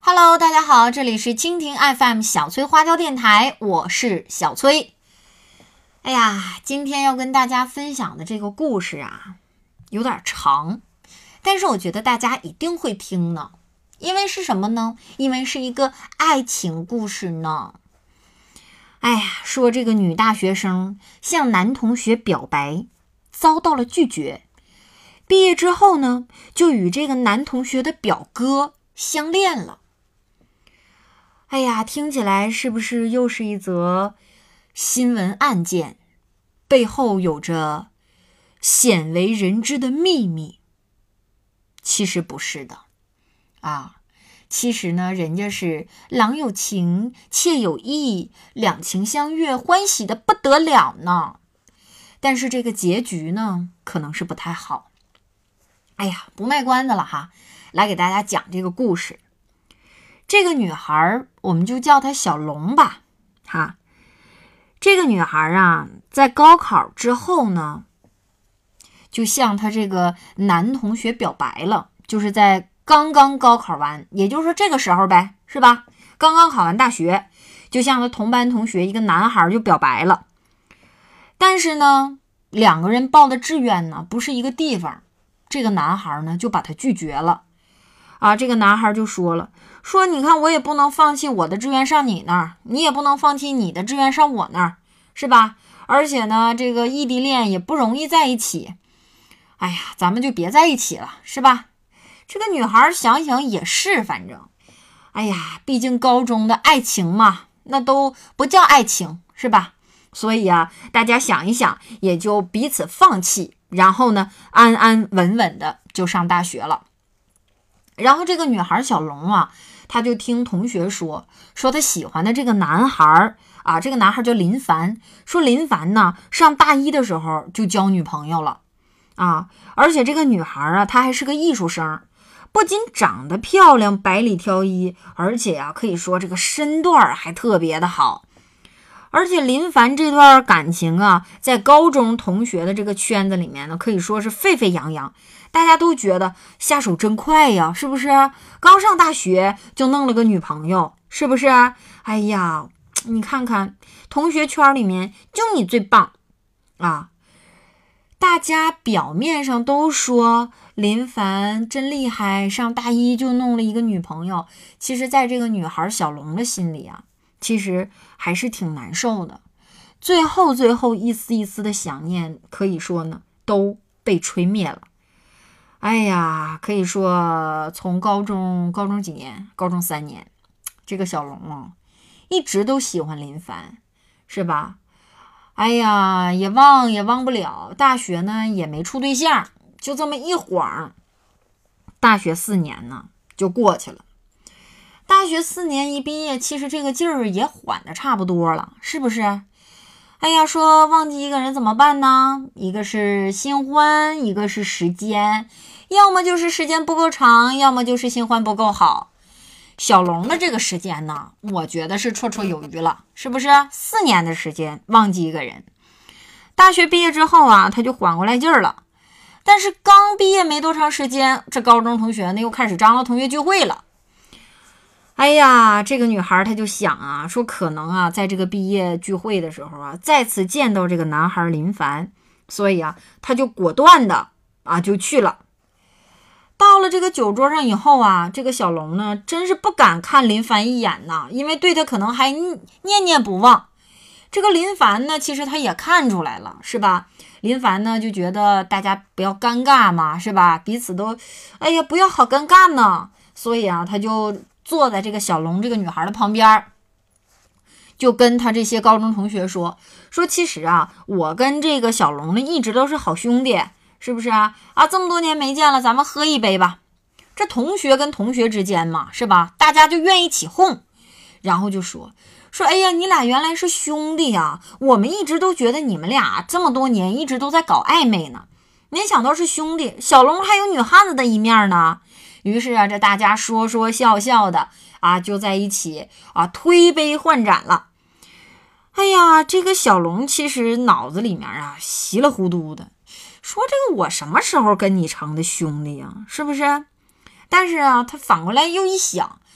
Hello， 大家好，这里是蜻蜓 FM 小崔花椒电台，我是小崔。哎呀，今天要跟大家分享的这个故事啊，有点长，但是我觉得大家一定会听呢，因为是什么呢？因为是一个爱情故事呢。哎呀，说这个女大学生向男同学表白，遭到了拒绝。毕业之后呢，就与这个男同学的表哥相恋了。哎呀，听起来是不是又是一则新闻案件，背后有着鲜为人知的秘密？其实不是的啊，其实呢，人家是郎有情，妾有意，两情相悦，欢喜的不得了呢。但是这个结局呢，可能是不太好。哎呀，不卖关子了哈，来给大家讲这个故事。这个女孩我们就叫她小龙吧，哈。这个女孩啊，在高考之后呢，就向她这个男同学表白了，就是在刚刚高考完，也就是说这个时候呗，是吧？刚刚考完大学，就向她同班同学一个男孩就表白了。但是呢，两个人报的志愿呢不是一个地方，这个男孩呢就把她拒绝了。这个男孩就说了，说你看我也不能放弃我的志愿上你那儿，你也不能放弃你的志愿上我那儿，是吧？而且呢，这个异地恋也不容易在一起。哎呀，咱们就别在一起了，是吧？这个女孩想想也是，反正，哎呀，毕竟高中的爱情嘛，那都不叫爱情，是吧？所以啊，大家想一想，也就彼此放弃，然后呢，安安稳稳的就上大学了。然后这个女孩小龙啊，她就听同学说她喜欢的这个男孩啊，这个男孩叫林凡，说林凡呢上大一的时候就交女朋友了啊，而且这个女孩啊，她还是个艺术生，不仅长得漂亮，百里挑一，而且啊，可以说这个身段还特别的好。而且林凡这段感情啊，在高中同学的这个圈子里面呢，可以说是沸沸扬扬，大家都觉得下手真快呀，是不是？刚上大学就弄了个女朋友，是不是？哎呀，你看看同学圈里面就你最棒啊！大家表面上都说林凡真厉害，上大一就弄了一个女朋友，其实在这个女孩小龙的心里啊，其实还是挺难受的。最后一丝一丝的想念，可以说呢都被吹灭了。哎呀，可以说从高中几年，高中3年，这个小龙啊一直都喜欢林凡，是吧？哎呀，也忘不了，大学呢也没处对象，就这么一晃，大学4年呢就过去了。大学4年一毕业，其实这个劲儿也缓得差不多了，是不是？哎呀，说忘记一个人怎么办呢？一个是新欢，一个是时间，要么就是时间不够长，要么就是新欢不够好。小龙的这个时间呢，我觉得是绰绰有余了，是不是？4年的时间忘记一个人。大学毕业之后啊，他就缓过来劲儿了。但是刚毕业没多长时间，这高中同学呢又开始张罗同学聚会了。哎呀，这个女孩她就想啊，说可能啊，在这个毕业聚会的时候啊，再次见到这个男孩林凡，所以啊，她就果断的就去了。到了这个酒桌上以后啊，这个小龙呢，真是不敢看林凡一眼呐，因为对他可能还念念不忘。这个林凡呢，其实他也看出来了，是吧？林凡呢就觉得大家不要尴尬嘛，是吧？彼此都，哎呀，不要好尴尬呢，所以啊，他就坐在这个小龙这个女孩的旁边，就跟他这些高中同学说其实啊，我跟这个小龙呢一直都是好兄弟，是不是啊？这么多年没见了，咱们喝一杯吧。这同学跟同学之间嘛，是吧？大家就愿意起哄，然后就说哎呀，你俩原来是兄弟啊，我们一直都觉得你们俩这么多年一直都在搞暧昧呢，没想到是兄弟，小龙还有女汉子的一面呢。于是啊，这大家说笑笑的就在一起推杯换盏了。哎呀，这个小龙其实脑子里面稀里糊涂的说，这个我什么时候跟你成的兄弟呀，是不是？但是啊，他反过来又一想，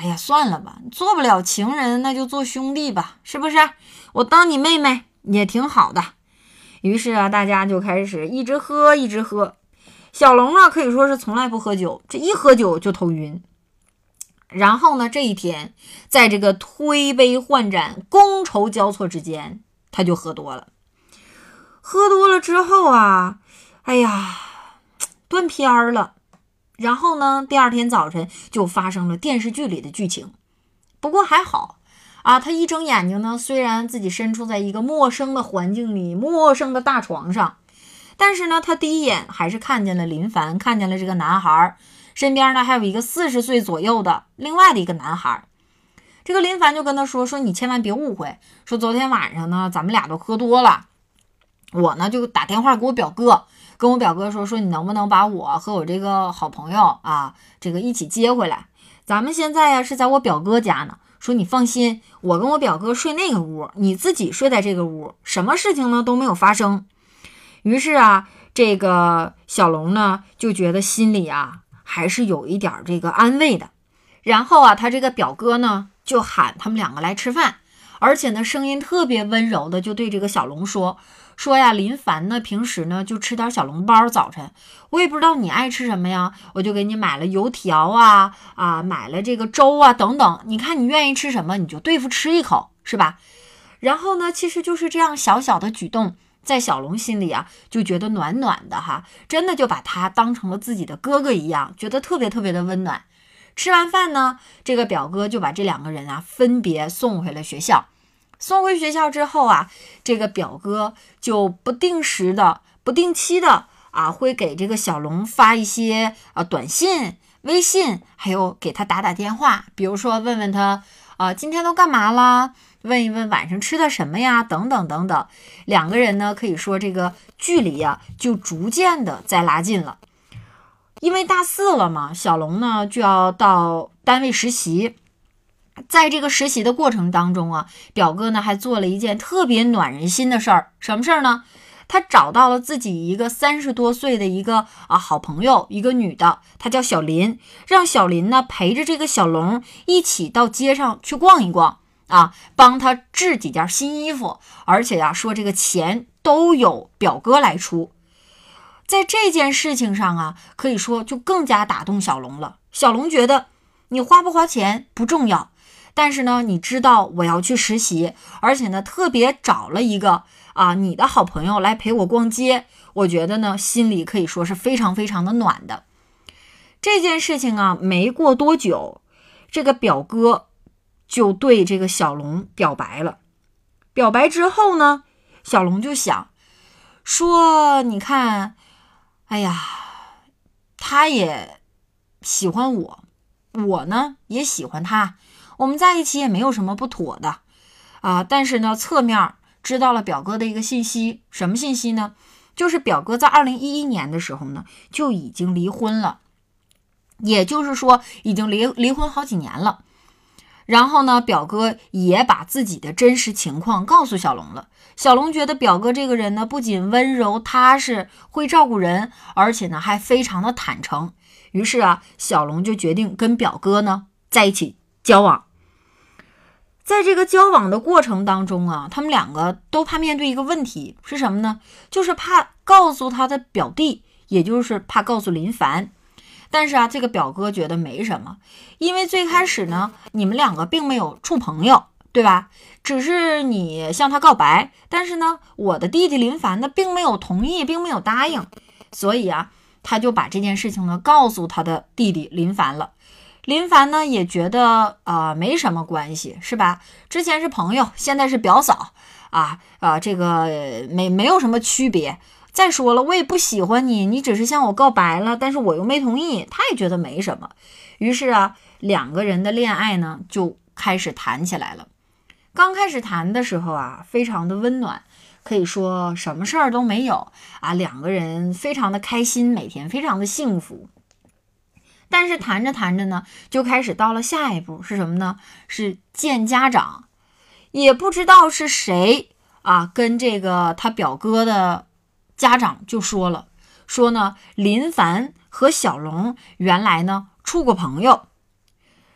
哎呀，算了吧，做不了情人那就做兄弟吧，是不是？我当你妹妹也挺好的。于是啊，大家就开始一直喝一直喝。小龙啊，可以说是从来不喝酒，这一喝酒就头晕。然后呢，这一天在这个推杯换盏、觥筹交错之间，他就喝多了。喝多了之后啊，哎呀，断片儿了。然后呢，第二天早晨就发生了电视剧里的剧情。不过还好啊，他一睁眼睛呢，虽然自己身处在一个陌生的环境里，陌生的大床上，但是呢，他第一眼还是看见了林凡，看见了这个男孩，身边呢还有一个40岁左右的另外的一个男孩。这个林凡就跟他说你千万别误会，说昨天晚上呢，咱们俩都喝多了，我呢就打电话给我表哥，跟我表哥说你能不能把我和我这个好朋友啊，这个一起接回来？咱们现在呀是在我表哥家呢，说你放心，我跟我表哥睡那个屋，你自己睡在这个屋，什么事情呢都没有发生。于是啊，这个小龙呢就觉得心里啊还是有一点这个安慰的。然后啊，他这个表哥呢就喊他们两个来吃饭，而且呢声音特别温柔的就对这个小龙说呀，林凡呢平时呢就吃点小笼包，早晨我也不知道你爱吃什么呀，我就给你买了油条啊，买了这个粥啊等等，你看你愿意吃什么你就对付吃一口，是吧？然后呢，其实就是这样小小的举动，在小龙心里啊就觉得暖暖的哈，真的就把他当成了自己的哥哥一样，觉得特别特别的温暖。吃完饭呢，这个表哥就把这两个人啊分别送回了学校。送回学校之后啊，这个表哥就不定期的会给这个小龙发一些短信、微信，还有给他打电话，比如说问问他今天都干嘛啦，问一问晚上吃的什么呀，等等等等。两个人呢，可以说这个距离啊就逐渐的在拉近了。因为大4了嘛，小龙呢就要到单位实习。在这个实习的过程当中啊，表哥呢还做了一件特别暖人心的事儿。什么事儿呢？他找到了自己一个30多岁的一个好朋友，一个女的，她叫小林，让小林呢陪着这个小龙一起到街上去逛一逛帮他制几件新衣服，而且说这个钱都由表哥来出。在这件事情上啊，可以说就更加打动小龙了。小龙觉得你花不花钱不重要，但是呢，你知道我要去实习，而且呢，特别找了一个你的好朋友来陪我逛街，我觉得呢，心里可以说是非常非常的暖的。这件事情啊，没过多久，这个表哥就对这个小龙表白了。表白之后呢，小龙就想说，你看，哎呀，他也喜欢我，我呢也喜欢他，我们在一起也没有什么不妥的但是呢，侧面知道了表哥的一个信息。什么信息呢？就是表哥在2011年的时候呢就已经离婚了，也就是说已经离婚好几年了。然后呢，表哥也把自己的真实情况告诉小龙了。小龙觉得表哥这个人呢，不仅温柔踏实，会照顾人，而且呢还非常的坦诚。于是小龙就决定跟表哥呢在一起交往。在这个交往的过程当中他们两个都怕面对一个问题，是什么呢？就是怕告诉他的表弟，也就是怕告诉林凡。但是这个表哥觉得没什么，因为最开始呢，你们两个并没有处朋友，对吧？只是你向他告白，但是呢，我的弟弟林凡呢，并没有同意，并没有答应，所以他就把这件事情呢告诉他的弟弟林凡了。林凡呢也觉得没什么关系，是吧？之前是朋友，现在是表嫂这个没有什么区别。再说了，我也不喜欢你，你只是向我告白了，但是我又没同意，他也觉得没什么。于是两个人的恋爱呢就开始谈起来了。刚开始谈的时候非常的温暖，可以说什么事儿都没有两个人非常的开心，每天非常的幸福。但是谈着谈着呢，就开始到了下一步，是什么呢？是见家长。也不知道是谁跟这个他表哥的家长就说呢，林凡和小龙原来呢处过朋友。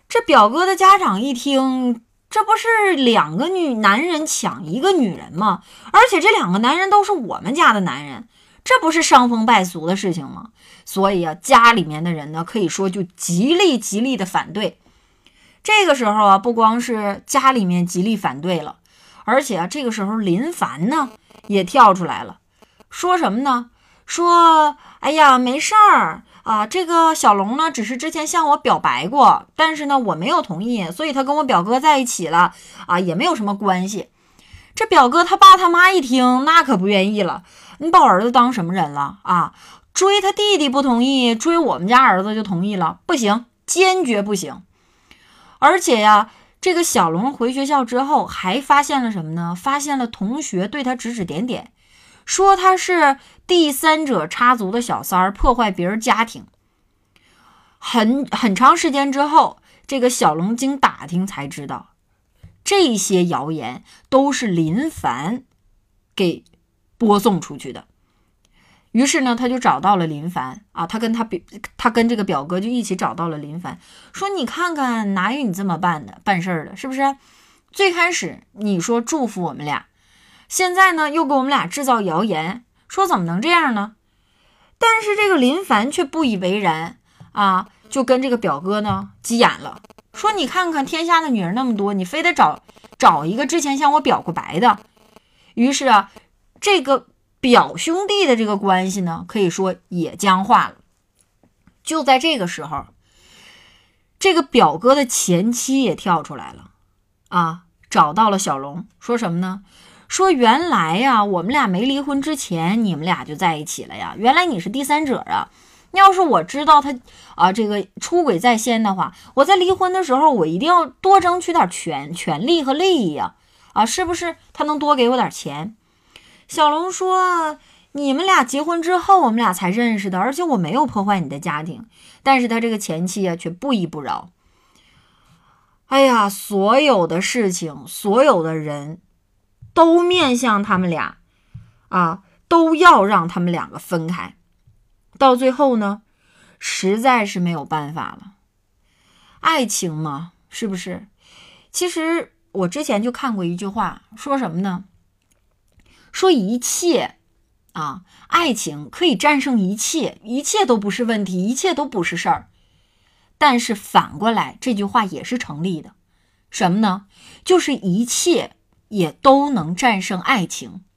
这表哥的家长一听，这不是两个男人抢一个女人吗？而且这两个男人都是我们家的男人，这不是伤风败俗的事情吗？所以啊，家里面的人呢，可以说就极力的反对。这个时候啊，不光是家里面极力反对了，而且啊，这个时候林凡呢也跳出来了，说什么呢？说，哎呀，没事儿啊，这个小龙呢，只是之前向我表白过，但是呢，我没有同意，所以他跟我表哥在一起了啊，也没有什么关系。这表哥他爸他妈一听，那可不愿意了，你把我儿子当什么人了啊？追他弟弟不同意，追我们家儿子就同意了，不行，坚决不行。而且呀，这个小龙回学校之后还发现了什么呢？发现了同学对他指指点点，说他是第三者插足的小三儿，破坏别人家庭。很长时间之后，这个小龙经打听才知道，这些谣言都是林凡给播送出去的。于是呢，他就找到了林凡啊，他跟这个表哥就一起找到了林凡，说你看看哪有你这么办事儿的，是不是？最开始你说祝福我们俩，现在呢又给我们俩制造谣言，说怎么能这样呢？但是这个林凡却不以为然啊，就跟这个表哥呢急眼了，说你看看天下的女人那么多，你非得找一个之前向我表过白的。于是啊，这个表兄弟的这个关系呢，可以说也僵化了。就在这个时候，这个表哥的前妻也跳出来了啊，找到了小龙，说什么呢？说原来呀，我们俩没离婚之前，你们俩就在一起了呀。原来你是第三者啊！要是我知道他这个出轨在先的话，我在离婚的时候，我一定要多争取点权利和利益啊！是不是他能多给我点钱？小龙说，你们俩结婚之后我们俩才认识的，而且我没有破坏你的家庭。但是他这个前妻啊却不依不饶。哎呀，所有的事情，所有的人都面向他们俩啊，都要让他们两个分开。到最后呢，实在是没有办法了。爱情嘛，是不是？其实我之前就看过一句话，说什么呢？说一切爱情可以战胜一切，一切都不是问题，一切都不是事儿。但是反过来，这句话也是成立的。什么呢？就是一切也都能战胜爱情。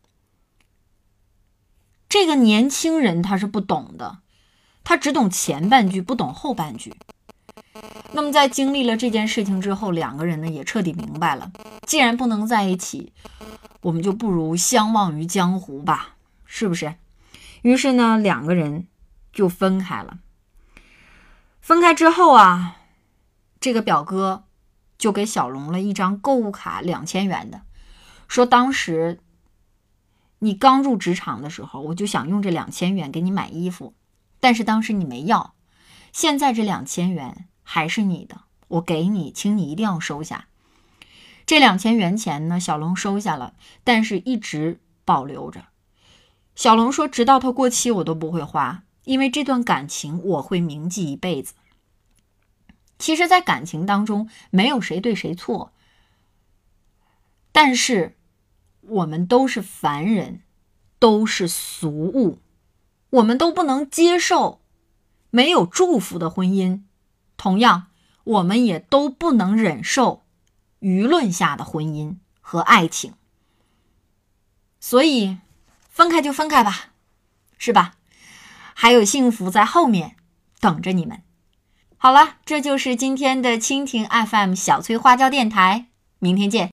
这个年轻人他是不懂的，他只懂前半句，不懂后半句。那么在经历了这件事情之后，两个人呢也彻底明白了，既然不能在一起，我们就不如相忘于江湖吧，是不是？于是呢，两个人就分开了。分开之后啊，这个表哥就给小龙了一张购物卡2000元的，说当时你刚入职场的时候，我就想用这2000元给你买衣服，但是当时你没要，现在这2000元还是你的，我给你，请你一定要收下。这2000元钱呢，小龙收下了，但是一直保留着。小龙说，直到它过期我都不会花，因为这段感情我会铭记一辈子。其实在感情当中没有谁对谁错，但是我们都是凡人，都是俗物，我们都不能接受没有祝福的婚姻，同样我们也都不能忍受舆论下的婚姻和爱情。所以分开就分开吧，是吧？还有幸福在后面等着你们。好了，这就是今天的蜻蜓 FM 小崔花椒电台，明天见。